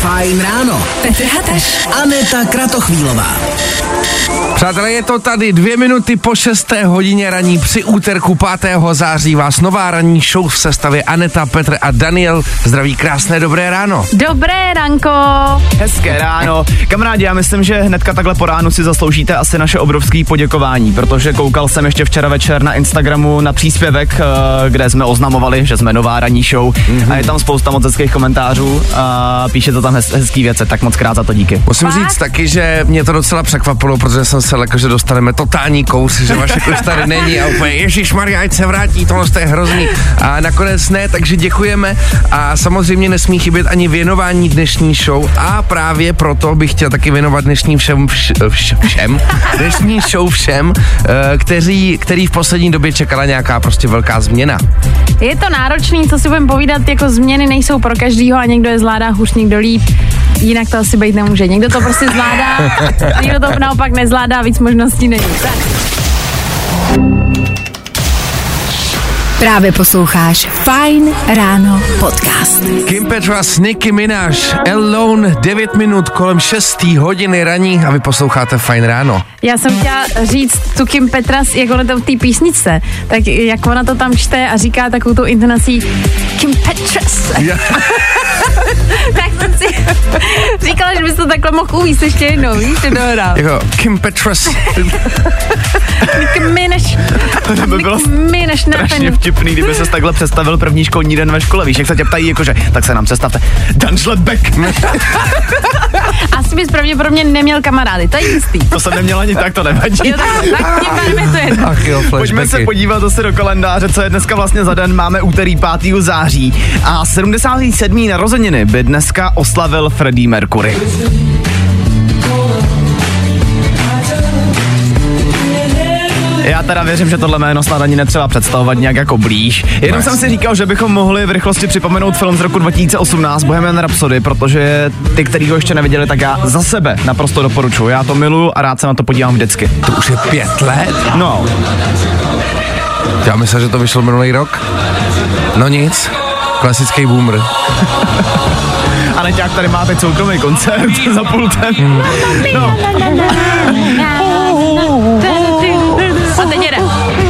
Fajn ráno. Petr Hataš. Aneta Kratochvílová. Přátelé, je to tady 2 minuty po 6. hodině raní. Při úterku 5. září vás nová ranní show v sestavě Aneta, Petr a Daniel. Zdraví, krásné, dobré ráno. Dobré ranko. Hezké ráno. Kamarádi, já myslím, že hnedka takhle po ránu si zasloužíte asi naše obrovské poděkování, protože koukal jsem ještě včera večer na Instagramu na příspěvek, kde jsme oznamovali, že jsme nová ranní show a je tam spousta moc hezkých komentářů a píše to tam hezký věci, tak moc krát za to díky. Musím říct taky, že mě to docela překvapilo, protože jsem se lekl, že dostaneme totální kous, že Vašek už tady není a úplně ježišmarja, ať se vrátí, tohle je hrozný. A nakonec ne, takže děkujeme a samozřejmě nesmí chybět ani věnování dnešní show a právě proto bych chtěl taky věnovat dnešní dnešní show všem, který v poslední době čekala nějaká prostě velká změna. Je to náročný, co si budeme povídat, jako změny nejsou pro každýho a někdo je zvládá hůř, někdo líp. Jinak to asi být nemůže. Někdo to prostě zvládá, někdo to naopak nezvládá, víc možností není. Tak. Právě posloucháš Fajn ráno podcast. Kim Petras, Nicki Minaj, Alone, 9 minut kolem 6. hodiny raní a vy posloucháte Fajn ráno. Já jsem chtěla říct tu Kim Petras, jak ona to v té písničce, tak jak ona to tam čte a říká takovou tu intonací Kim Petras. Tak jsem si říkala, že bys to takhle mohl uvíct ještě jednou, víš, to dohrál. Jako Kim Petras. Nicki Minaj. To by bylo strašně vtipný, kdyby ses takhle představil první školní den ve škole, víš, jak se tě ptají, jakože, tak se nám představte, Dan Schlettbeck. Asi bys pravděpodobně neměl kamarády, to je jistý. To jsem neměl ani tak, to nevadí. Jo, tak tím pádem je to jedno. Ach jo, Pojďme se podívat zase do kalendáře, co je dneska vlastně za den. Máme úterý 5. září a 77. narozeniny by dneska oslavil Freddie Mercury. Já teda věřím, že tohle jméno snad ani netřeba představovat nějak jako blíž. Jenom jsem si říkal, že bychom mohli v rychlosti připomenout film z roku 2018 Bohemian Rhapsody, protože ty, který ho ještě neviděli, tak já za sebe naprosto doporučuji. Já to miluju a rád se na to podívám vždycky. To už je 5 let? No. Já myslel, že to vyšlo minulý rok. No nic, klasický boomer. A Neťák tady má teď soukromý koncert za pultem. No. A teď jede.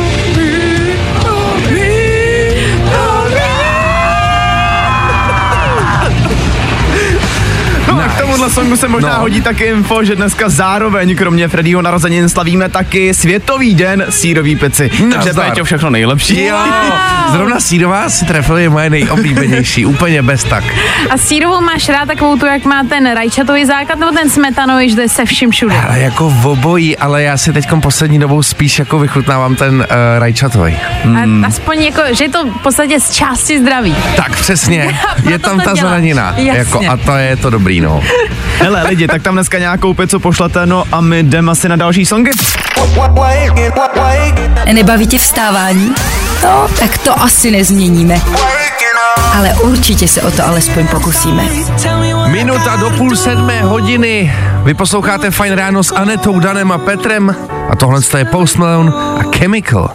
No a k tomuhle songu se možná hodí taky info, že dneska zároveň kromě Freddieho narozenin slavíme taky Světový den sýrový pici. Takže Péťo, všechno nejlepší. Jo, zrovna sýrová si trefil, je moje nejoblíbenější, úplně bez tak. A sýrovou máš rád takovou tu, jak má ten rajčatový základ, nebo ten smetanový, že to je se vším všude? Ale jako v obojí, ale já si teďkom poslední dobou spíš jako vychutnávám ten rajčatový. A aspoň jako, že je to v podstatě z části zdraví. Tak přesně, je tam ta zelenina. Jako, a to je to dobrý, no. Hele lidi, tak tam dneska nějakou pizzu pošlete, no a my jdeme asi na další songy. Nebaví tě vstávání? No, tak to asi nezměníme. Ale určitě se o to alespoň pokusíme. Minuta do 6:30. Vy posloucháte Fajn ráno s Anetou, Danem a Petrem a tohle je Post Malone a Chemical.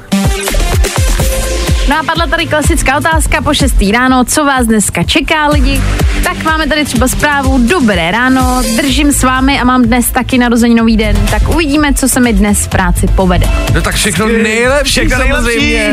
No a padla tady klasická otázka po 6. ráno, co vás dneska čeká lidi? Tak máme tady třeba zprávu, dobré ráno, držím s vámi a mám dnes taky narozeninový den, tak uvidíme, co se mi dnes v práci povede. No tak všechno nejlepší samozřejmě.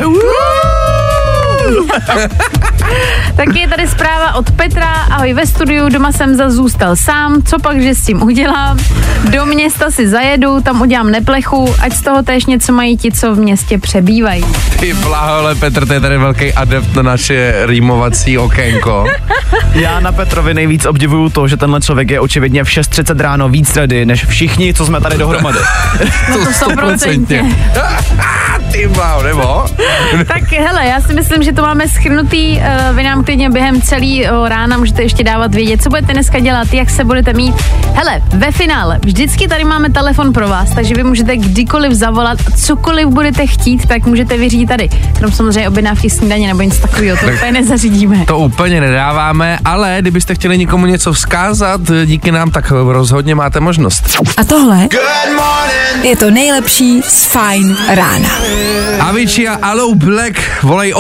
Taky je tady zpráva od Petra, ahoj ve studiu, doma jsem zůstal sám, co pak, že s tím udělám? Do města si zajedu, tam udělám neplechu, ať z toho též něco mají ti, co v městě přebývají. Ty blahole, Petr, to je tady velký adept na naše rýmovací okénko. Já na Petrovi nejvíc obdivuju to, že tenhle člověk je očividně v 6:30 ráno víc ready, než všichni, co jsme tady dohromady. No to 100%. Ty bláho, nebo? Tak hele, já si myslím, že to máme shrnutý, vy nám klidně během celého rána můžete ještě dávat vědět, co budete dneska dělat, jak se budete mít. Hele, ve finále vždycky tady máme telefon pro vás, takže vy můžete kdykoliv zavolat, cokoliv budete chtít, tak můžete vyřídit tady. Krom samozřejmě objednávky snídaně nebo něco takového, to úplně nezařídíme. To úplně nedáváme, ale kdybyste chtěli někomu něco vzkázat díky nám, tak rozhodně máte možnost. A tohle je to nejlepší z Fajn rána. Avicii a Aloe Black volají o pomoc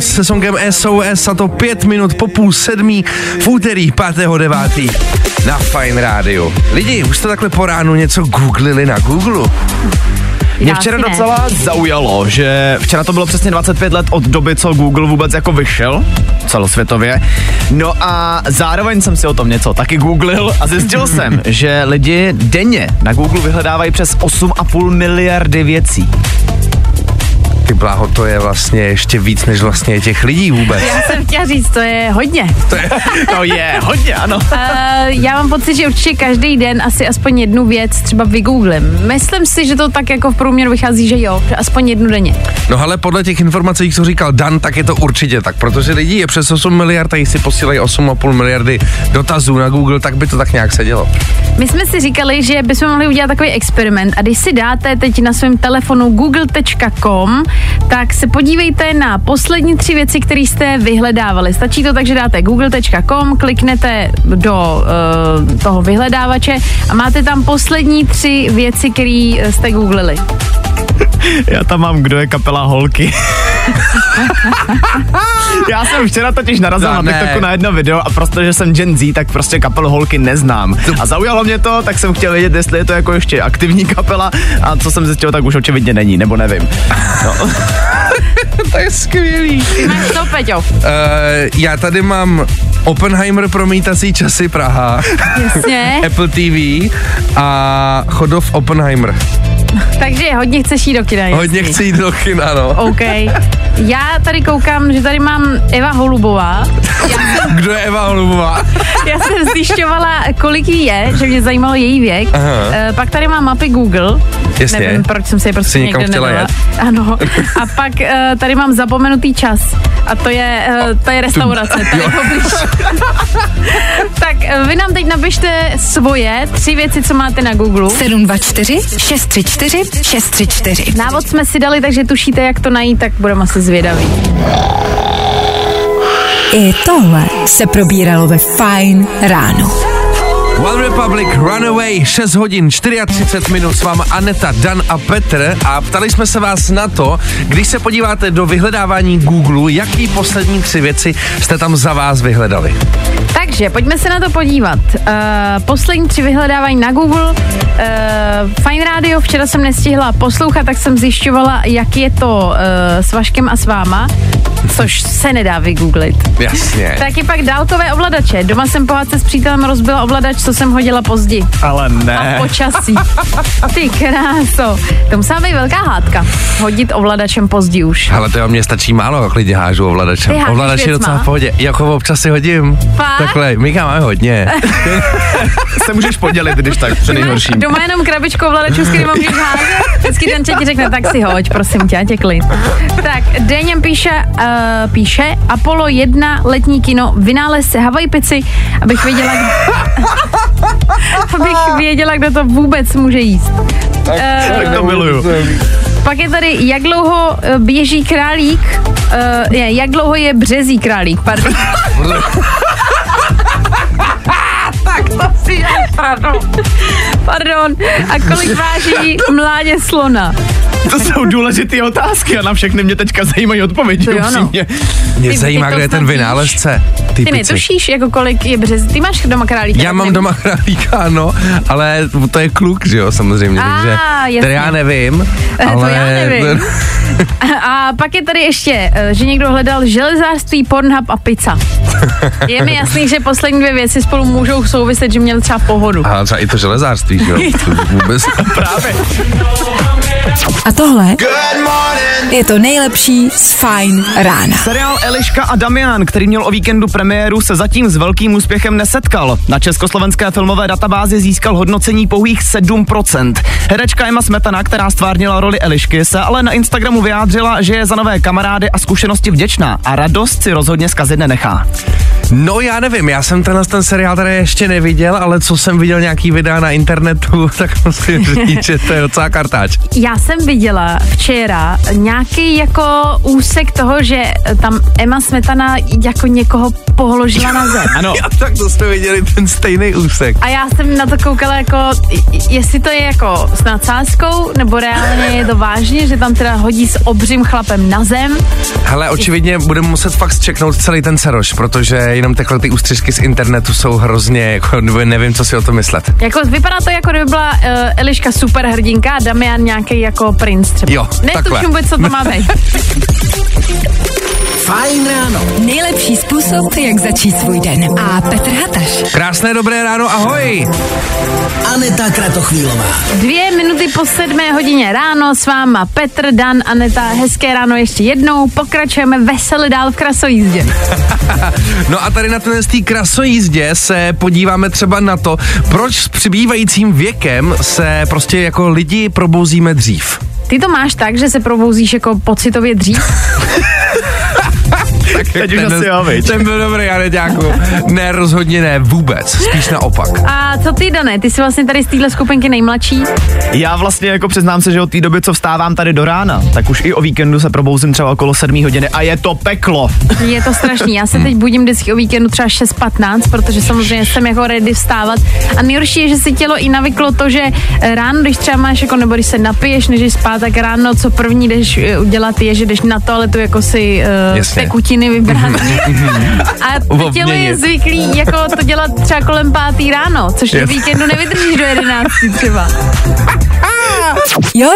se songem SOS a to 5 minut po 6:30 v úterý 5.9. na Fajn rádiu. Lidi, už jste takhle po ránu něco googlili na Google? Mě včera docela zaujalo, že včera to bylo přesně 25 let od doby, co Google vůbec jako vyšel celosvětově. No a zároveň jsem si o tom něco taky googlil a zjistil jsem, že lidi denně na Google vyhledávají přes 8,5 miliardy věcí. Ty bláho, to je vlastně ještě víc než vlastně těch lidí vůbec. Já jsem chtěla říct, to je hodně. To je hodně, ano. Já mám pocit, že určitě každý den asi aspoň jednu věc třeba vygooglím. Myslím si, že to tak jako v průměru vychází, že jo, že aspoň jednu denně. No ale podle těch informací, co říkal Dan, tak je to určitě tak, protože lidí je přes 8 miliard a si posílají 8,5 miliardy dotazů na Google, tak by to tak nějak sedělo. My jsme si říkali, že bychom mohli udělat takový experiment a když si dáte teď na svém telefonu google.com, tak se podívejte na poslední 3 věci, které jste vyhledávali. Stačí to tak, že dáte google.com, kliknete do toho vyhledávače a máte tam poslední 3 věci, které jste googlili. Já tam mám, kdo je kapela Holky. Já jsem včera totiž narazil na TikToku na jedno video a protože jsem Gen Z, tak prostě kapelu Holky neznám. A zaujalo mě to, tak jsem chtěl vědět, jestli je to jako ještě aktivní kapela a co jsem zjistil, tak už očividně není, nebo nevím. No. To je skvělý. Ty máš to, Peťo. Já tady mám Oppenheimer promítací časy Praha. Jasně. Apple TV a Chodov Oppenheimer. Takže hodně chceš jít do kina. Hodně chci jít do kina, no. OK. Já tady koukám, že tady mám Eva Holubová. Kdo je Eva Holubová? Já jsem zjišťovala, kolik jí je, že mě zajímalo její věk. Pak tady mám mapy Google. Jasně. Nevím, proč jsem se je prostě někde nedala. Ano. A pak tady mám zapomenutý čas. A to je restaurace. Tady poblíž. Tak vy nám teď napište svoje 3 věci, co máte na Google. 724 634 634. Návod jsme si dali, takže tušíte, jak to najít, tak budeme asi zvědaví. I tohle se probíralo ve Fajn ráno. One Republic, Runaway, 6 hodin, 34 minut, s váma Aneta, Dan a Petr a ptali jsme se vás na to, když se podíváte do vyhledávání Google, jaký poslední 3 věci jste tam za vás vyhledali. Takže pojďme se na to podívat. Poslední 3 vyhledávání na Google. Fajn rádio, včera jsem nestihla poslouchat, tak jsem zjišťovala, jak je to s Vaškem a s váma, což se nedá vygooglit. Jasně. Taky pak dálkové ovladače. Doma jsem po hádce s přítelem rozbila ovladač, co jsem hodila pozdě. Ale ne. A počasí. Ty kráso. To musela být velká hádka. Hodit ovladačem pozdě už. Ale to mě stačí málo, jak lidi hážou ovladačem. Ovladač je docela v pohodě. Jako občas si hodím. Fakt? Takhle, Mika máme hodně. Se můžeš podělit, když tak při nejhorším. Doma jenom krabičku ovladačů, s kterým můžeš házet. Vždycky ten ti řekne, tak si hoď, prosím tě, tě klid. Tak, Deněm píše Apollo 1 letní kino, vynález se Hawaii pici, abych věděla, kdo to vůbec může jíst. Tak to miluju. Pak je tady, jak dlouho běží králík, jak dlouho je březí králík, pardon. Tak to si je, pardon. A kolik váží mládě slona? To jsou důležité otázky a na všechny mě teďka zajímají odpovědi, upřímně. Mě zajímá, kde je ten vynálezce. Ty netušíš, jako kolik je březí. Ty máš doma králíka? Já mám doma králíka, ano, ale to je kluk, že jo, samozřejmě, takže tady já nevím. Ale... To já nevím. A pak je tady ještě, že někdo hledal železářství, Pornhub a pizza. Je mi jasný, že poslední 2 věci spolu můžou souviset, že měl třeba pohodu. A třeba i to železářství, že jo? Vůbec. Právě. A tohle je to nejlepší z Fajn rána. Seriál Eliška a Damian, který měl o víkendu premiéru, se zatím s velkým úspěchem nesetkal. Na československé filmové databázi získal hodnocení pouhých 7%. Herečka Emma Smetana, která stvárnila roli Elišky, se ale na Instagramu vyjádřila, že je za nové kamarády a zkušenosti vděčná a radost si rozhodně zkazit nenechá. No já nevím, já jsem ten seriál tady ještě neviděl, ale co jsem viděl nějaký videa na internetu, tak musím říct, že to je docela kartáč. Já jsem viděla včera nějaký jako úsek toho, že tam Emma Smetana jako někoho položila na zem. Ano. Tak to jsme viděli ten stejný úsek. A já jsem na to koukala jako, jestli to je jako s nadsázkou, nebo reálně je to vážně, že tam teda hodí s obřím chlapem na zem. Hele, očividně budeme muset fakt zčeknout celý ten seroš, protože jenom takhle ty ústřižky z internetu jsou hrozně, jako nevím, co si o tom myslet. Jako vypadá to, jako kdyby byla Eliška superhrdinka a Damian nějaký jako princ třeba. Jo, takhle. Netuším vůbec, co to má být. Fajn ráno. Nejlepší způsob, jak začít svůj den. A Petr Hataš. Krásné dobré ráno, ahoj! Aneta Kratochvílová. 2 minuty po 7 hodině ráno s váma Petr, Dan, Aneta. Hezké ráno ještě jednou. Pokračujeme veselé dál v krasojízdě. No a tady na té krasojízdě se podíváme třeba na to, proč s přibývajícím věkem se prostě jako lidi probouzíme dřív. Ty to máš tak, že se probouzíš jako pocitově dřív? Teď už asi jo, viď? Ten byl dobrý, Aneťáku. Ne, rozhodně ne, vůbec. Spíš naopak. A co ty, Dané? Ty jsi vlastně tady z téhle skupinky nejmladší? Já vlastně jako přiznám se, že od té doby, co vstávám tady do rána, tak už i o víkendu se probouzím třeba okolo 7 hodiny a je to peklo. Je to strašný. Já se teď budím vždycky o víkendu třeba 6:15, protože samozřejmě jsem jako ready vstávat. A nejhorší je, že si tělo i navyklo to, že ráno, když třeba máš jako, nebo když se napiješ, než jdeš spát, tak ráno, co první jdeš udělat, je, že jdeš na toaletu jako si tekutiny vybrat. A tělo je zvyklý jako to dělat třeba kolem 5 ráno, což do víkendu nevydržíš do 11 třeba. Jo.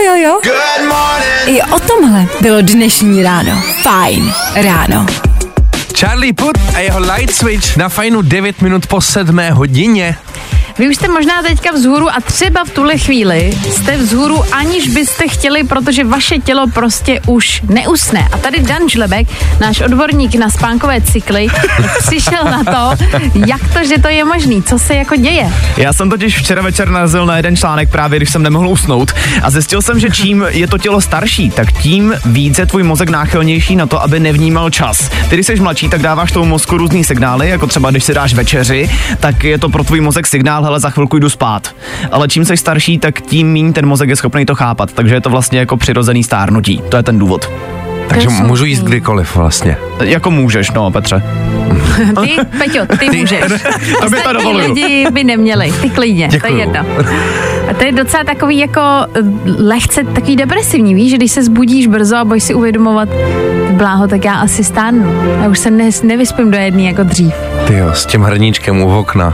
I o tomhle bylo dnešní ráno. Fajn ráno. Charlie Puth a jeho Light Switch na Fajnu 9 minut po 7 hodině. Vy už jste možná teďka vzhůru a třeba v tuhle chvíli jste vzhůru, aniž byste chtěli, protože vaše tělo prostě už neusne. A tady Dan Žlebek, náš odborník na spánkové cykly, přišel na to, jak to, že to je možný, co se jako děje. Já jsem totiž včera večer narazil na jeden článek právě, když jsem nemohl usnout a zjistil jsem, že čím je to tělo starší, tak tím více tvůj mozek náchylnější na to, aby nevnímal čas. Ty, když jsi mladší, tak dáváš tomu mozku různý signály, jako třeba když si dáš večeři, tak je to pro tvůj mozek signál, hele, za chvilku jdu spát. Ale čím jsi starší, tak tím méně ten mozek je schopný to chápat. Takže je to vlastně jako přirozený stárnutí. To je ten důvod. Takže můžu jíst kdykoliv vlastně. Jako můžeš, no, Petře. Ty, Peťo, ty můžeš. To by to dovoluju. Lidi by neměli, ty klidně, Děkuju. to je jedno. A to je docela takový jako lehce takový depresivní, víš, že když se zbudíš brzo a budeš si uvědomovat, bláho, tak já asi stárnu. Já už se nevyspím do jedný jako dřív. Tyjo, s tím hrníčkem u okna.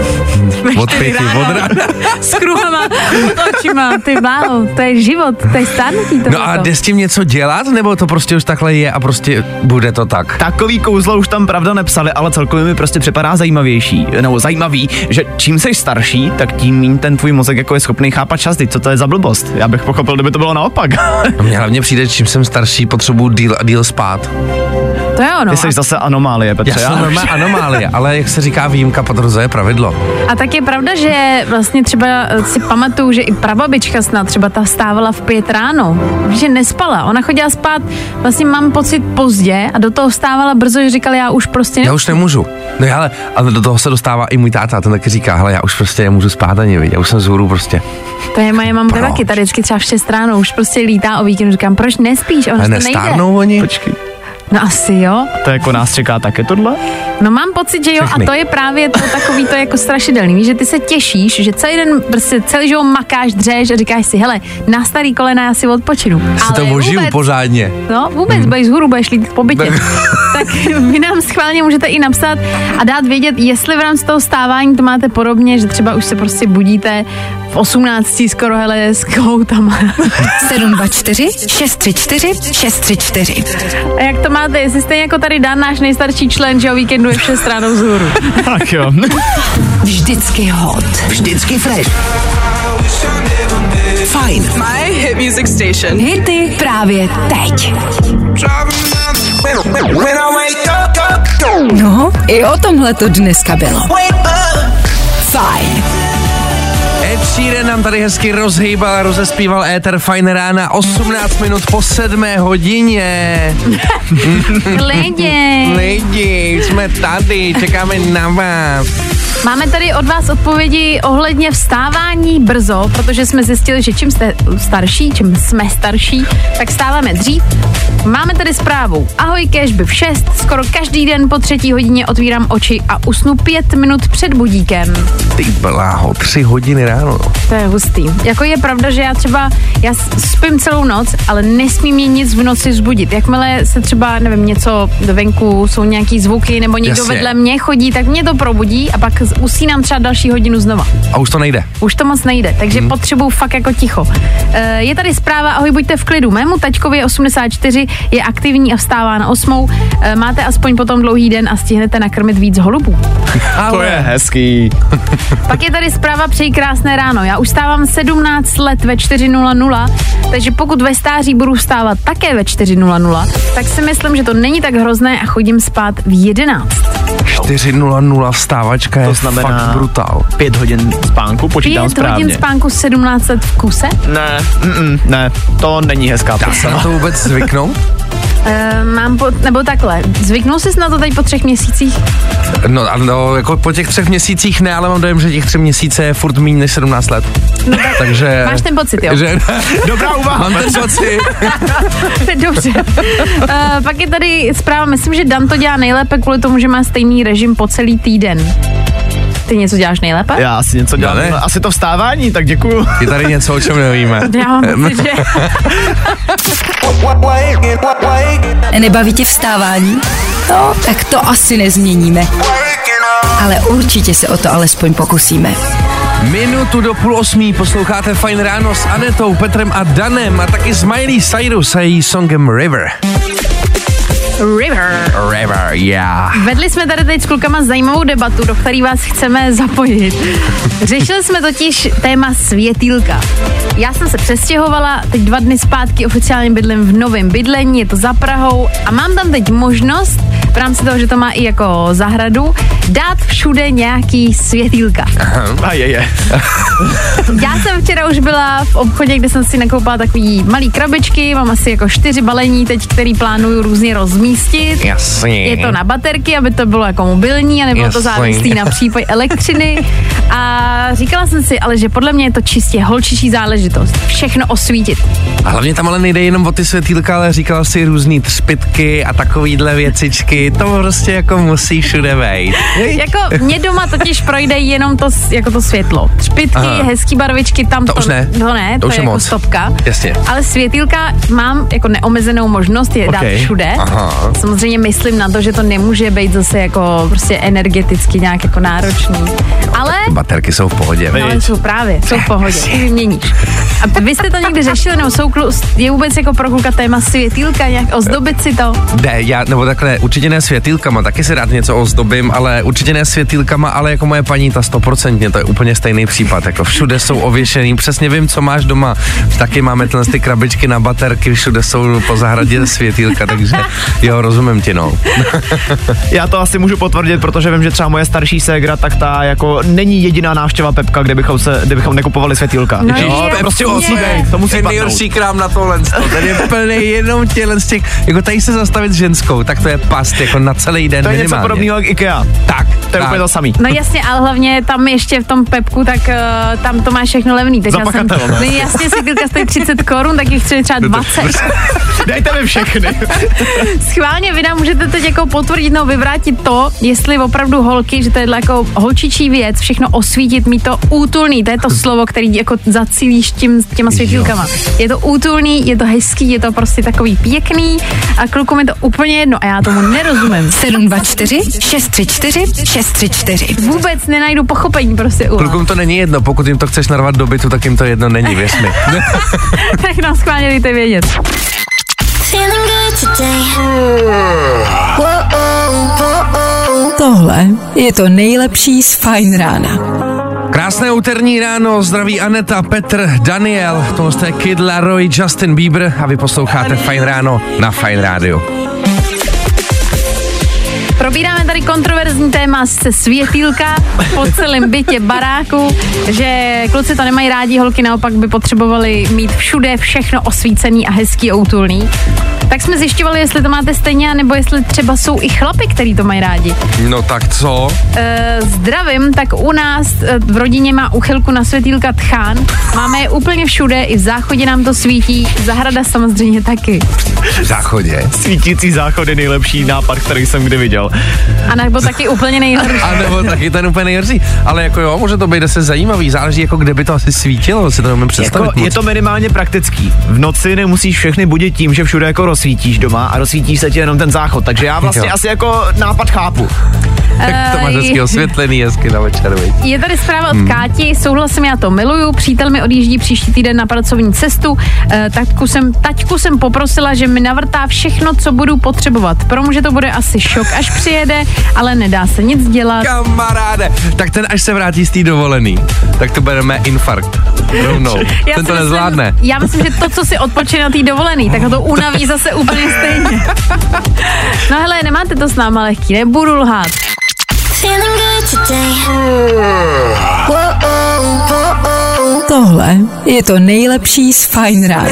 Od 5, od rána. S kruhama, pod očima, ty bláho, to je život, to je stárnutí to. No a jde s tím něco dělat, nebo to prostě už takhle je a prostě bude to tak? Takový kouzlo už tam pravda nepsali, ale celkově mi prostě připadá zajímavý, že čím jsi starší, tak tím méně ten tvůj mozek jako je schopný chápat čas. Co to je za blbost? Já bych pochopil, kdyby to bylo naopak. Mně hlavně přijde, čím jsem starší, potřebuji díl spát. To je ono. Ty jsi zase anomálie, Petře. Já jsem normálně anomálie, ale jak se říká, výjimka potvrzuje pravidlo. A tak je pravda, že vlastně třeba si pamatuju, že i prababička snad třeba ta vstávala v 5 ráno, že nespala. Ona chodila spát, vlastně mám pocit pozdě a do toho vstávala brzo, že říkala, já už prostě Já už nemůžu. No ale do toho se dostává i můj táta, ten taky říká, hele, já už prostě nemůžu spát ani, vidět. Já už jsem vzhůru prostě. To je moje mamka taky, tady vždycky třeba v 6 ráno už prostě lítá o víkendu, říkám, proč nespíš? Ona Ale to nejde. nestárnou oni? Počkej. No asi jo. To jako nás čeká také tohle? No mám pocit, že jo, Všechny. a to je právě to takový to jako strašidelný, víš, že ty se těšíš, že celý den prostě celý život makáš, dřeš a říkáš si, hele, na starý kolena já si odpočinu. Si to ožiju pořádně. No vůbec, budeš vzhůru, budeš lít po bytě. Tak vy nám schválně můžete i napsat a dát vědět, jestli v rámci toho stávání to máte podobně, že třeba už se prostě budíte v 18 skoro, hele, s koutama. 724 634 634. A jak to máte, jestli jste jako tady Dan, náš nejstarší člen, že o víkendu je v 6 ráno vzhůru. Tak jo. Vždycky hot. Vždycky fresh. Fajn. My hit music station. Hity právě teď. No, i o tomhle to dneska bylo. Fajn. Ed Sheeran nám tady hezky rozhýbal, rozespíval éter Fajn rána, 18 minut po 7 hodině. Lidi, jsme tady, čekáme na vás. Máme tady od vás odpovědi ohledně vstávání brzo, protože jsme zjistili, že čím jsme starší, tak vstáváme dřív. Máme tady zprávu. Ahoj, kéžby v 6, skoro každý den po 3 hodině otvírám oči a usnu 5 minut před budíkem. Ty bláho, 3 hodiny ráno. To je hustý. Jako je pravda, že já spím celou noc, ale nesmím mě nic v noci vzbudit. Jakmile se třeba, nevím, něco venku, jsou nějaký zvuky, nebo někdo vedle mě chodí, tak mě to probudí a pak usínám třeba další hodinu znova. A už to nejde. Už to moc nejde, takže potřebuju fakt jako ticho. Je tady zpráva, ahoj, buďte v klidu. Mému taťkovi je 84, je aktivní a vstává na 8. Máte aspoň potom dlouhý den a stihnete nakrmit víc holubů. To je hezký. Pak je tady zpráva, přeji krásné ráno. Já už stávám 17 let ve 4:00, takže pokud ve stáří budu vstávat také ve 4:00, tak si myslím, že to není tak hrozné a chodím spát v 11. 4:00 vstávačka je to znamená fakt brutál. 5 hodin spánku, počítám 5 správně. 5 hodin spánku, 17 let v kuse? Ne, to není hezká Dá se na to vůbec zvyknout? Nebo takhle, zvyknul jsi na to teď po 3 měsících? No, jako po těch 3 měsících ne, ale mám dojem, že těch 3 měsíce je furt méně než 17 let. No tak, takže... Máš ten pocit, jo? Dobrá úvaha. Mám ten pocit. Dobře. Pak je tady zpráva, myslím, že Dan to dělá nejlépe kvůli tomu, že má stejný režim po celý týden. Ty něco děláš nejlépe? Já asi něco dělám. Asi to vstávání, tak děkuju. Je tady něco, o čem nevíme. Já mám pocit, že... Nebaví tě vstávání? No, tak to asi nezměníme. Ale určitě se o to alespoň pokusíme. 7:55 posloucháte Fajn ráno s Anetou, Petrem a Danem a taky s Miley Cyrus a její songem River. River, yeah. Vedli jsme tady teď s klukama zajímavou debatu, do které vás chceme zapojit. Řešili jsme totiž téma světýlka. Já jsem se přestěhovala, teď 2 dny zpátky oficiálně bydlím v novém bydlení, je to za Prahou a mám tam teď možnost, v rámci toho, že to má i jako zahradu, dát všude nějaký světýlka. Já jsem včera už byla v obchodě, kde jsem si nakoupila takový malý krabičky, mám asi jako 4 balení teď, který plánuju různě rozmístit. Jasně. Je to na baterky, aby to bylo jako mobilní a nebylo to závislý na přípoj elektřiny. A říkala jsem si, ale že podle mě je to čistě holčičí záležitost. Všechno osvítit. A hlavně tam ale nejde jenom o ty světýlka, ale říkala si různý třpytky a takovýhle věcičky. To prostě jako musí všude vejít. Jako mě doma totiž projde jenom to, jako to světlo. Třpytky, hezký barvičky, tam to už ne. To je jako stopka. Jasně. Ale světýlka mám jako neomezenou možnost je dát všude. Aha. Samozřejmě myslím na to, že to nemůže být zase jako prostě energeticky nějak jako náročný. Ale baterky jsou v pohodě. No, jsou v pohodě. Ty vyměníš. A vy jste to někdy řešili, nebo je vůbec jako pro kluka téma světýlka, nějak ozdobit si to? Ne, nebo takhle, určitě ne světýlkama, taky si rád něco ozdobím, ale určitě ne světýlkama, ale jako moje paní, ta 100%, to je úplně stejný případ, jako všude jsou ověšený, přesně vím, co máš doma, taky máme ty krabičky na baterky, všude jsou po zahradě světýlka, takže jo, rozumím ti, no. Já to asi můžu potvrdit, protože vím, že třeba moje starší ségra, tak ta jako není jediná návštěva Pepka, kde bychom nekupovali světýlka. No, jo, to je prostě musí být, to musí ten nejhorší krám na tohle, ten je plný jenom těchhle z těch, jako tady se zastavit s ženskou, tak to je past, jako na celý den minimálně. To je něco podobného jak IKEA. Tak. To je úplně to samý. No jasně, ale hlavně tam ještě v tom Pepku, tak tam to máš všechno levný. Tak no jasně, světýlka stojí 30 korun, tak jich chci třeba 20. Dejte mi všechny. Schválně vy nám můžete teď jako potvrdit, no vyvrátit to, jestli opravdu holky, že to je jako holčičí věc, všechno osvítit, mít to útulný, to je to slovo, který jako zacílíš těma světýlkama. Je to útulný, je to hezký, je to prostě takový pěkný a klukům je to úplně jedno a já tomu nerozumím. 724 634 634. Vůbec nenajdu pochopení prostě u vás. Klukům to není jedno, pokud jim to chceš narvat do bytu, tak jim to jedno není, věř mi. Tak nám schválně dejte vědět. Tohle je to nejlepší z Fajn rána. Krásné úterní ráno, zdraví Aneta, Petr, Daniel, tohle je Kid Laroi, Justin Bieber a vy posloucháte Fajn ráno na Fajn rádiu. Probíráme tady kontroverzní téma se světýlka po celém bytě, baráku, že kluci to nemají rádi, holky naopak by potřebovali mít všude všechno osvícený a hezký a útulný. Tak jsme zjišťovali, jestli to máte stejně, nebo jestli třeba jsou i chlapi, který to mají rádi. No tak co? Zdravím, tak u nás v rodině má uchylku na světýlka tchán. Máme je úplně všude, i v záchodě nám to svítí, zahrada samozřejmě taky. V záchodě? Svítící záchod je nejlepší nápad, který jsem kdy viděl. A nebo taky úplně nejhorší. A nebo taky ten úplně nejhorší. Ale jako jo, může to být zase zajímavý, záleží jako kde by to asi svítilo, si to nemůžeme představit. Jako, je to minimálně praktický. V noci nemusíš všechny budit tím, že všude jako rozsvítíš doma a rozsvítíš se ti jenom ten záchod, takže já vlastně asi jako nápad chápu. Tak to máš hezky osvětlený, hezky na večer, viď? Je tady zpráva od Káti, souhlasím, já to miluju, přítel mi odjíždí příští týden na pracovní cestu, taťku jsem poprosila, že mi navrtá všechno, co budu potřebovat. Pro muže to bude asi šok, až přijede, ale nedá se nic dělat. Kamaráde, tak ten až se vrátí z té dovolený, tak to bude mé infarkt. Rovnou. Ten to nezvládne. Já myslím, že to, co si odpočine na té dovolený, tak ho to unaví zase úplně stejně. No hele, nemáte to s náma lehký, nebudu lhát. Tohle je to nejlepší z Fajn rána.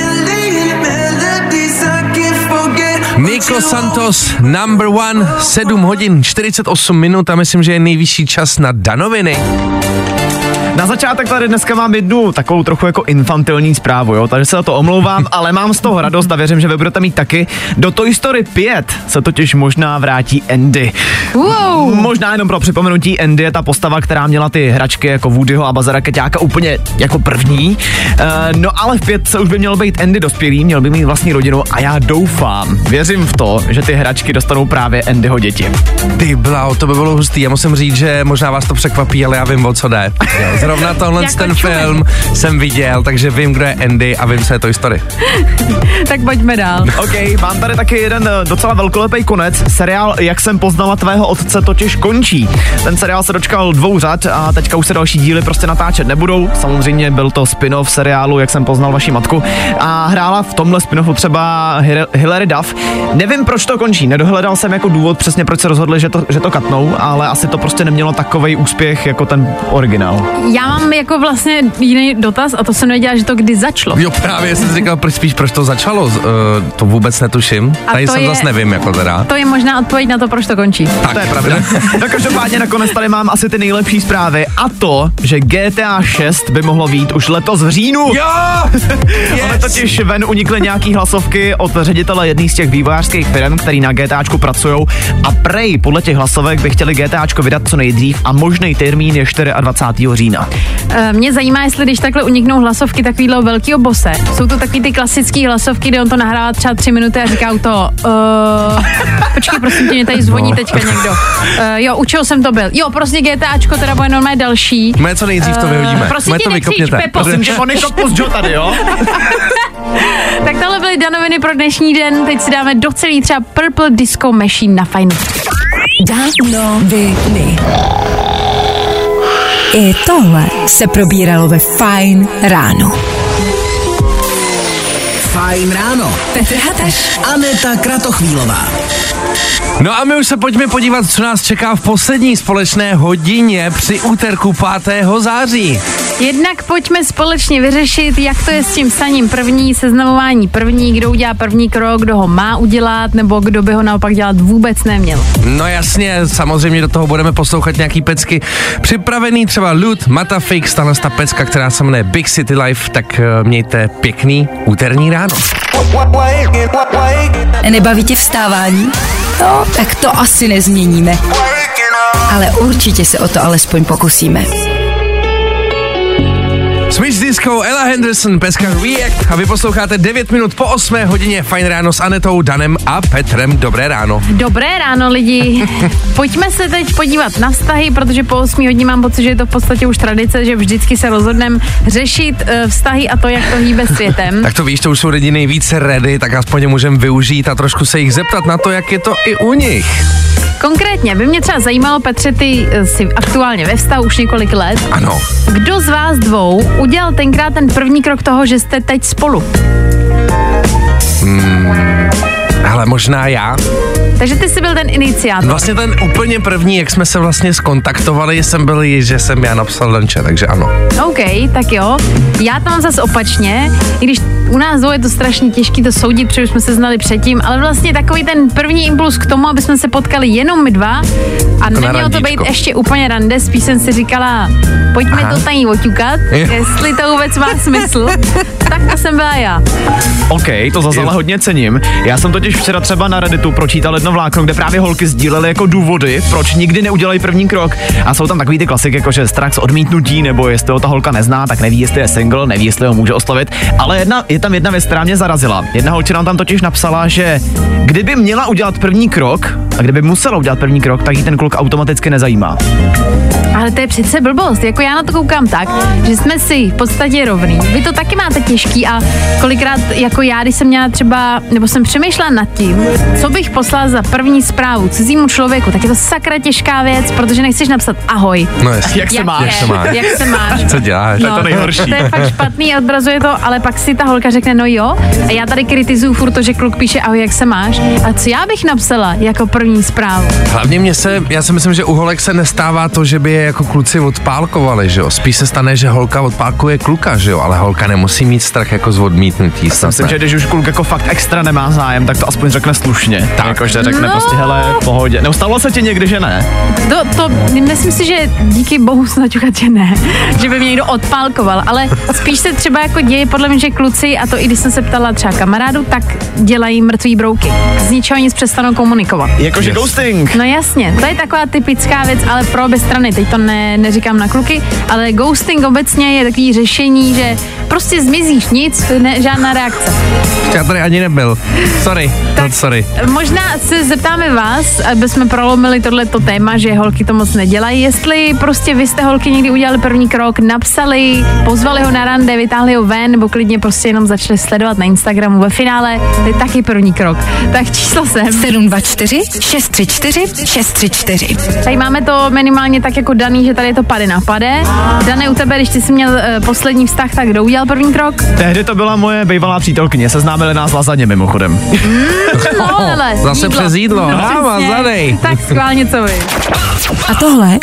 Nico Santos, number one, 7 hodin, 48 minut a myslím, že je nejvyšší čas na danoviny. Na začátek tady dneska mám jednu takovou trochu jako infantilní zprávu, jo, takže se za to omlouvám, ale mám z toho radost a věřím, že vy budete mít taky. Do Toy Story 5 se totiž možná vrátí Andy. Wow. Možná jenom pro připomenutí, Andy je ta postava, která měla ty hračky jako Woodyho a Buzza Rakeťáka úplně jako první. No ale v 5 se už by měl být Andy dospělý, měl by mít vlastní rodinu a já doufám, věřím v to, že ty hračky dostanou právě Andyho děti. Ty bláho, to by bylo hustý. Já musím říct, že možná vás to překvapí, ale já vím, o co jde. Zrovna tohle ten film jsem viděl, takže vím, kdo je Andy a vím, co je Toy Story. Tak pojďme dál. OK, mám tady taky jeden docela velkolepý konec. Seriál Jak jsem poznala tvého otce totiž končí. Ten seriál se dočkal 2 řad a teďka už se další díly prostě natáčet nebudou. Samozřejmě byl to spin-off seriálu Jak jsem poznal vaši matku a hrála v tomhle spin-offu třeba Hilary Duff. Nevím, proč to končí, nedohledal jsem jako důvod přesně, proč se rozhodli, že to katnou, ale asi to prostě nemělo takovej úspěch jako ten originál. Já mám jako vlastně jiný dotaz a to jsem nevěděla, že to kdy začalo. Jo, právě jsem říkal, proč to začalo, to vůbec netuším. A tady jsem zase nevím, jako teda. To je možná odpověď na to, proč to končí. Tak. To je pravda. No každopádně nakonec tady mám asi ty nejlepší zprávy a to, že GTA 6 by mohlo vyjít už letos v říjnu. Jo! Yes. Ono totiž ven unikly nějaký hlasovky od ředitele jedné z těch vývojářských firm, který na GTAčku pracujou a prej podle těch hlasovek by chtěli GTAčko vydat co nejdřív a možný termín je 24. října. Mě zajímá, jestli když takhle uniknou hlasovky takovýhle velkýho bose, jsou to takový ty klasický hlasovky, kde on to nahrává třeba 3 minuty a říká u toho počkej, prosím tě, mě tady zvoní teďka někdo. Jo, u čeho jsem to byl? Jo, prostě GTAčko teda bude normálně další. Mě co nejdřív to vyhodíme. Prosím tě, nekřič, Pepo. Prosím tě, Moniko Joe tady, jo? Tak tohle byly danoviny pro dnešní den, teď si dáme docelý třeba Purple Disco Machine na Fajnu. Danoviny. I tohle se probíralo ve Fajn ráno. Fajn ráno. Petr Hataš. Aneta Kratochvílová. No a my už se pojďme podívat, co nás čeká v poslední společné hodině při úterku 5. září. Jednak pojďme společně vyřešit, jak to je s tím psaním první, seznamování první, kdo udělá první krok, kdo ho má udělat, nebo kdo by ho naopak dělat vůbec neměl. No jasně, samozřejmě do toho budeme poslouchat nějaký pecky. Připravený třeba Lud, Matafix, tahle ta pecka, která se jmenuje Big City Life, tak mějte pěkný úterní ráno. Nebaví tě vstávání? No, tak to asi nezměníme. Ale určitě se o to alespoň pokusíme. Switch Disco, Ella Henderson, peska React a vy posloucháte 9 minut po 8 hodině Fajn ráno s Anetou, Danem a Petrem. Dobré ráno. Dobré ráno, lidi. Pojďme se teď podívat na vztahy, protože po 8 hodině mám pocit, že je to v podstatě už tradice, že vždycky se rozhodneme řešit vztahy a to, jak to hýbe světem. Tak to víš, to už jsou lidi nejvíce ready, tak aspoň je můžeme využít a trošku se jich zeptat na to, jak je to i u nich. Konkrétně by mě třeba zajímalo, Petře, ty jsi aktuálně ve vztahu už několik let. Ano. Kdo z vás dvou udělal tenkrát ten první krok toho, že jste teď spolu? Ale možná já. Takže ty jsi byl ten iniciátor. Vlastně ten úplně první, jak jsme se vlastně skontaktovali, jsem byl že jsem já napsal Danče, takže ano. OK, tak jo. Já to mám zase opačně, i když u nás je to strašně těžké to soudit, protože jsme se znali předtím, ale vlastně takový ten první impuls k tomu, aby jsme se potkali jenom my dva a nemělo to být ještě úplně rande, spíš jsem si říkala, pojďme to tady oťukat, jestli to vůbec má smysl, tak to jsem byla já. OK, to zase ale hodně cením. Já jsem totiž včera třeba na Redditu pročítal jedno vlákno, kde právě holky sdílely jako důvody, proč nikdy neudělají první krok. A jsou tam takový ty klasiky, jako že strach z odmítnutí, nebo jestli ho ta holka nezná, tak neví, jestli je single, neví, jestli ho může oslovit. Ale je tam jedna věc, která mě zarazila. Jedna holčina tam totiž napsala, že kdyby měla udělat první krok a kdyby musela udělat první krok, tak jí ten kluk automaticky nezajímá. Ale to je přece blbost, jako já na to koukám tak, že jsme si v podstatě rovný. Vy to taky máte těžký a kolikrát jako já, když jsem měla třeba, nebo jsem přemýšlela nad tím, co bych poslala za první zprávu cizímu člověku, tak je to sakra těžká věc, protože nechceš napsat ahoj. No jasně. Jak se máš? Jak se máš? Co děláš? To je to nejhorší. To je fakt špatný a odbrazuje to, ale pak si ta holka řekne, no jo, a já tady kritizuju furt to, že kluk píše ahoj, jak se máš. A co já bych napsala jako první zprávu? Hlavně já si myslím, že u holek se nestává to, že by je jako kluci odpálkovali, že jo. Spíš se stane, že holka odpálkuje kluka, že jo, ale holka nemusí mít strach jako z odmítnutí. Myslím, že když už kluk jako fakt extra nemá zájem, tak to aspoň řekne slušně. Tak. Jakože řekne prostě, hele, v pohodě. Neustalo se ti někdy, že ne? To myslím si, že díky bohu snaťukat, že ne, že by mě někdo odpálkoval, ale spíš se třeba jako děje podle mě, že kluci, a to i když jsem se ptala třeba kamarádu, tak dělají mrtvý brouky. Z ničeho nic přestanou komunikovat. Jakože ghosting. No jasně, to je taková typická věc, ale pro obě strany, teď to neříkám na kluky, ale ghosting obecně je takový řešení, že prostě zmizíš, nic, žádná reakce. Já tady ani nebyl. Sorry. Možná se zeptáme vás, aby jsme prolomili tohleto téma, že holky to moc nedělají, jestli prostě vy jste holky někdy udělali první krok, napsali, pozvali ho na rande, vytáhli ho ven, nebo klidně prostě jenom začali sledovat na Instagramu. Ve finále to je taky první krok. Tak číslo sem. 724 634 634. Tady máme to minimálně tak jako daný, že tady je to pade na pade. Dané, u tebe, když ty jsi měl poslední vztah, tak kdo udělal první krok? Tehdy to byla moje bývalá přítelkyně, seznámili nás lazaně mimochodem. No, ale Zase přes jídlo. Zadej. Tak schválně, co vy. A tohle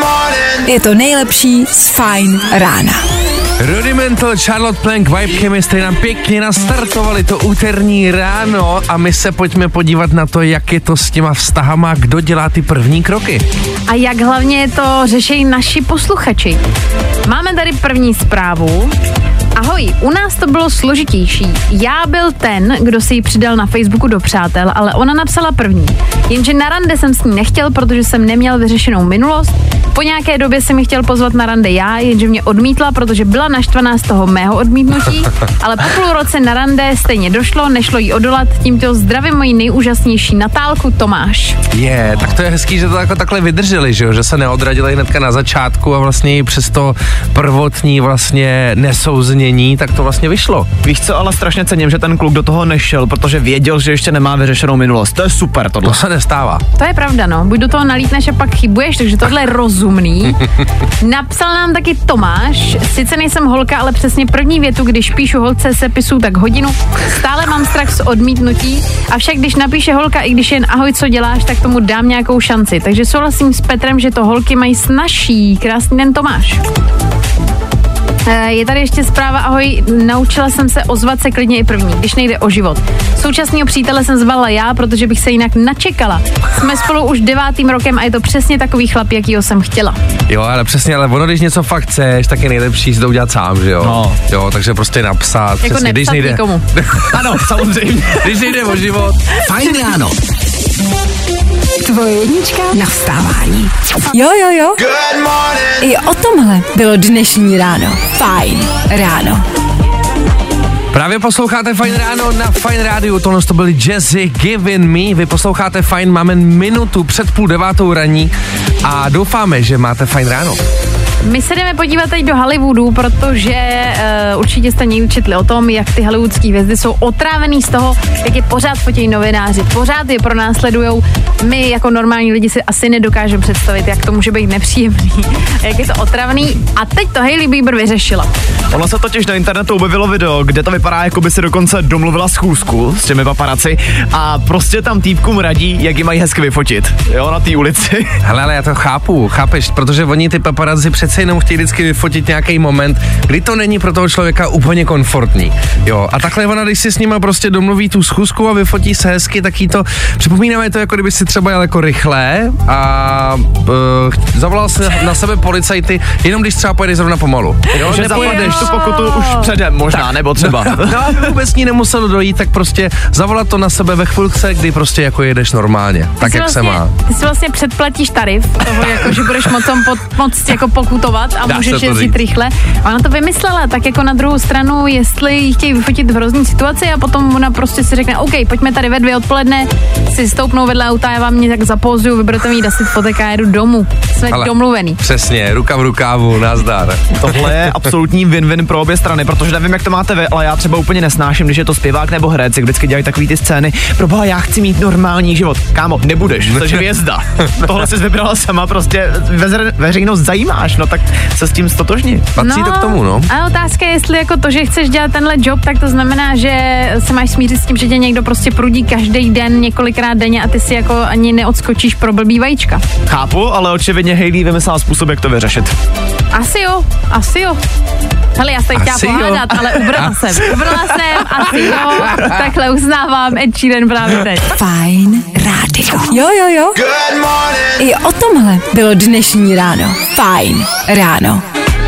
je to nejlepší z Fajn rána. Rudimental, Charlotte Plank, Vibe Chemistry nám pěkně nastartovali to úterní ráno a my se pojďme podívat na to, jak je to s těma vztahama, kdo dělá ty první kroky. A jak hlavně to řeší naši posluchači. Máme tady první zprávu. Ahoj, u nás to bylo složitější. Já byl ten, kdo si ji přidal na Facebooku do přátel, ale ona napsala první. Jenže na rande jsem s ní nechtěl, protože jsem neměl vyřešenou minulost. Po nějaké době jsem mi chtěl pozvat na rande já, jenže mě odmítla, protože byla naštvaná z toho mého odmítnutí, ale po půl roce na rande stejně došlo, nešlo jí odolat. Tímto zdravím moji nejúžasnější Natálku, Tomáš. Tak to je hezký, že to jako takhle vydrželi, že se neodradili hnedka na začátku a vlastně i přes to prvotní vlastně nesouznění, tak to vlastně vyšlo. Víš co, ale strašně cením, že ten kluk do toho nešel, protože věděl, že ještě nemá vyřešenou minulost. To je super tohle. To se nestává. To je pravda, no. Buď do toho nalítneš a pak chybuješ, takže tohle je rozumný. Napsal nám taky Tomáš, sice nejsem holka, ale přesně první větu, když píšu holce sepisu, tak hodinu. Stále mám strach z odmítnutí, avšak když napíše holka, i když jen ahoj, co děláš, tak tomu dám nějakou šanci. Takže souhlasím s Petrem, že to holky mají snazší. Krásný den, Tomáš. Je tady ještě zpráva, ahoj, naučila jsem se ozvat se klidně i první, když nejde o život. Současného přítele jsem zvala já, protože bych se jinak načekala. Jsme spolu už 9. rokem a je to přesně takový chlap, jakýho jsem chtěla. Jo, ale přesně, ale ono, když něco fakt chceš, tak je nejlepší si to udělat sám, že jo? No. Jo, takže prostě napsat. Jako přesně, nepsat když nikomu. Ano, samozřejmě. Když nejde o život. Fajn ráno. Tvoje jednička na vstávání. Jo. I o tomhle bylo dnešní ráno. Fajn ráno. Právě posloucháte Fajn ráno na Fajn rádiu, tohle to byli Jazzy Giving Me, vy posloucháte Fajn, máme minutu před 8:30 raní a doufáme, že máte Fajn ráno. My se jdeme podívat teď do Hollywoodu, protože určitě jste někdy četli o tom, jak ty hollywoodský hvězdy jsou otrávený z toho, jak je pořád fotějí novináři, pořád je pronásledujou. My jako normální lidi si asi nedokážeme představit, jak to může být nepříjemný, jak je to otravný. A teď to Hailey Bieber vyřešila. Ono se totiž na internetu objevilo video, kde to vypadá, jako by si dokonce domluvila schůzku s těmi paparaci a prostě tam týpkům radí, jak ji mají hezky vyfotit, jo, na té ulici. Hele, ale já to chápeš, protože oni ty paparazzi přece jenom chtějí vždycky vyfotit nějaký moment, kdy to není pro toho člověka úplně komfortní. Jo, a takhle ona, když si s nima prostě domluví tu schůzku a vyfotí se hezky, tak jí to připomínáme to, jako kdyby si třeba jel jako rychle a zavolal si na sebe policajty, jenom když třeba pojedeš zrovna pomalu. Jo, že zapadeš tu pokutu už předem možná, tak, nebo třeba. No, aby vůbec ní nemuselo dojít, tak prostě zavolat to na sebe ve chvilce, kdy prostě jako jedeš normálně, tak jak vlastně, se má. Ty si vlastně předplatíš tarif toho, jako, že budeš moc jako pokutovat a můžeš jezdit rychle. A ona to vymyslela, tak jako na druhou stranu, jestli jí chtějí vyfotit v hrozný situaci a potom ona prostě si řekne, OK, pojďme tady ve 2 odpoledne, si stoupnou vedle auta, já vám nějak zapózuju, vyberete mi 10 fotek a jedu domů. Jsme domluvený. Přesně, ruka v rukávu, nazdar. Tohle je absolutní win-win pro obě strany, protože nevím, jak to máte vy, ale já třeba úplně nesnáším, když je to zpěvák nebo herec, jak vždycky dělají takový ty scény. Proboha, já chci mít normální život. Kámo, nebudeš, to je hvězda. Tohle jsi vybrala sama, prostě veřejnost zajímáš, no tak se s tím stotožni. Patří to k tomu, no. A otázka je, jestli jako to, že chceš dělat tenhle job, tak to znamená, že se máš smířit s tím, že tě někdo prostě prudí každý den, několikrát denně a ty si jako ani neodskočíš pro blbý vajíčka. Chápu, ale očividně Hailey vymyslela způsob, jak to vyřešit. Asi jo. Hele, já se chtěla pohádat, ale ubrala jsem, asi jo, takhle uznávám, Ed Sheeran právě teď. Fajn rádio. Jo. I o tomhle bylo dnešní ráno. Fajn ráno.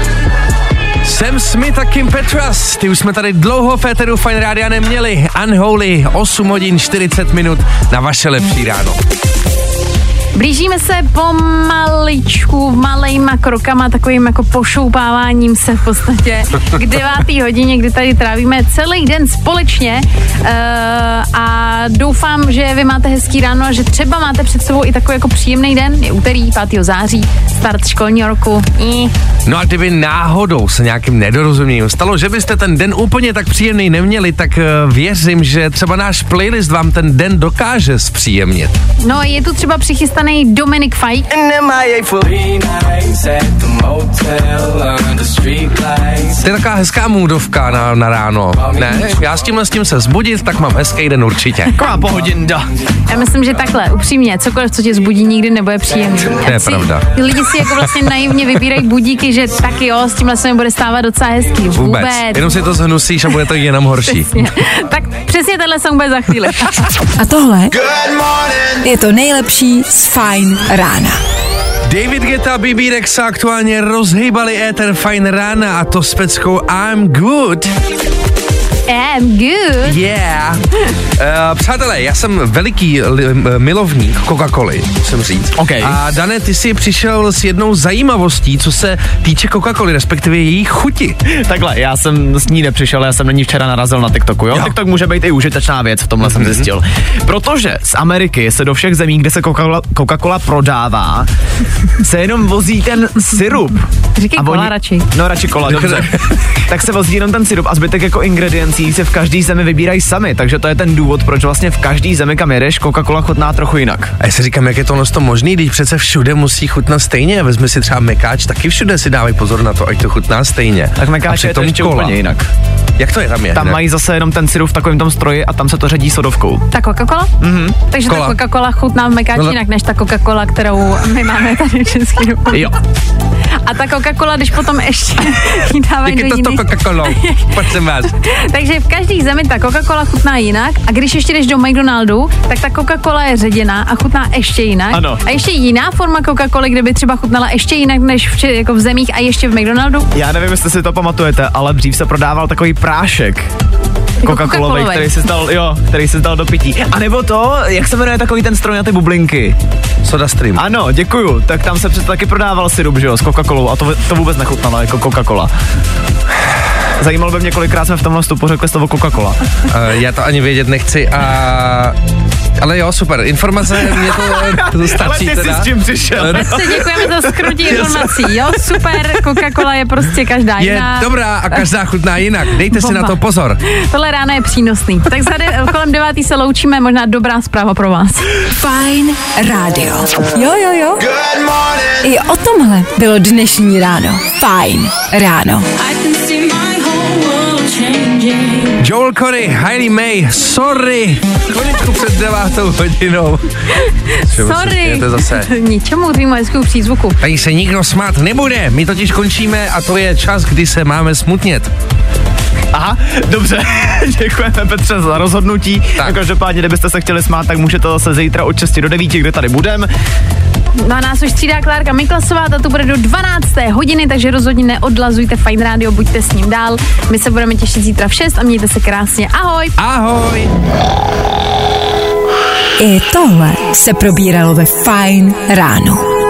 Sam Smith a Kim Petras, ty už jsme tady dlouho v éteru Fajn rádia neměli. Unholy, 8 hodin 40 minut na vaše lepší ráno. Blížíme se pomaličku, malejma krokama, takovým jako pošoupáváním se v podstatě k 9. hodině, kdy tady trávíme celý den společně a doufám, že vy máte hezký ráno a že třeba máte před sebou i takový jako příjemný den. Je úterý, 5. září, start školního roku. No a kdyby náhodou se nějakým nedorozuměním stalo, že byste ten den úplně tak příjemný neměli, tak věřím, že třeba náš playlist vám ten den dokáže zpříjemnit. No, je tu třeba přichystaný Dominik Fike. To je taková hezká můdovka na ráno. Ne? Já s tím se vzbudit, tak mám hezký den určitě. Taková pohodinda. Já myslím, že takhle, upřímně, cokoliv, co tě zbudí, nikdy nebude příjemný. To je pravda. Lidi si jako vlastně naivně vybírají budíky, že tak jo, s tímhle se mi bude stávat docela hezký. Vůbec. Jenom si to zhnusíš a bude to jenom horší. Přesně. Tak přesně tenhle song bude za chvíli. A tohle je to nejlepší z Fajn rána. David Guetta, BB Rexa aktuálně rozhýbali éter Fajn rána a to s peckou I'm Good. I'm good. Yeah. Přátelé, já jsem veliký milovník Coca-Coly, musím říct. Okay. A Dane, ty jsi přišel s jednou zajímavostí, co se týče Coca-Coly, respektive její chuti. Takhle, já jsem s ní nepřišel, já jsem na ní včera narazil na TikToku, jo? TikTok může být i užitečná věc, v tomhle jsem zjistil. Protože z Ameriky se do všech zemí, kde se Coca-Cola prodává, se jenom vozí ten syrup. Říkej kola radši. No radši kola, dobře. Tak se vozí jenom ten syrup a zbytek jako ingrediencí se v každý zemi vybírají sami, takže to je ten důvod, proč vlastně v každý zemi, kam jedeš, Coca-Cola chutná trochu jinak. A já si říkám, jak je to možný, když přece všude musí chutnat stejně. Vezmi si třeba mekáč, taky všude si dávají pozor na to, ať to chutná stejně. Tak mekáč je to ještě úplně jinak. Jak to je tam je? Tam mají zase jenom ten syrup v takovém tom stroji a tam se to ředí sodovkou. Ta Coca-Cola? Mhm. Takže ta Coca-Cola chutná v mekáči jinak než ta Coca-Cola, kterou my máme tady v České republice. Jo. A ta Coca-Cola, když potom ještě ji dávají do jiných... Coca-Colou? Pojďme vás. Takže v každý zemi ta Coca-Cola chutná jinak a když ještě jdeš do McDonaldu, tak ta Coca-Cola je ředěná a chutná ještě jinak. Ano. A ještě jiná forma Coca-Coly, kde by třeba chutnala ještě jinak než jako v zemích a ještě v McDonaldu. Já nevím, jestli si to pamatujete, ale dřív se prodával takový prášek. Coca-Colový, který si dal do pití. A nebo to, jak se jmenuje takový ten stroj na ty bublinky? Soda Stream. Ano, děkuju. Tak tam se přece taky prodával syrup, že jo, s Coca-Colou a to vůbec nechutnalo jako Coca-Cola. Zajímalo by mě, kolikrát jsme v tomhle vstupu řekli slovo Coca-Cola. Já to ani vědět nechci a Ale jo, super, informace, mě to stačí ale ty teda. jsi s čím přišel. Prostě děkujeme za skrutí informací. Jo, super, Coca-Cola je prostě každá Je jiná. dobrá a každá chutná jinak. Dejte si na to pozor. Tohle ráno je přínosný. Tak kolem 9 se loučíme, možná dobrá zpráva pro vás. Fajn rádio. Jo. I o tomhle bylo dnešní ráno. Fajn ráno. Joel Corey, Hailey May, sorry. Konečku před 9 hodinou. Sorry. Zase. Ničemu tvýmu hezkou přízvuku. Tady se nikdo smát nebude. My totiž končíme a to je čas, kdy se máme smutnět. Aha, dobře, děkujeme Petře za rozhodnutí. A každopádně, kdybyste se chtěli smát, tak můžete zase zítra od 6 do 9, kde tady budeme. No a nás už střídá Klárka Miklasová, ta tu bude do 12. hodiny, takže rozhodně neodlazujte Fajn rádio, buďte s ním dál. My se budeme těšit zítra v 6 a mějte se krásně. Ahoj! Ahoj! I tohle se probíralo ve Fajn ráno.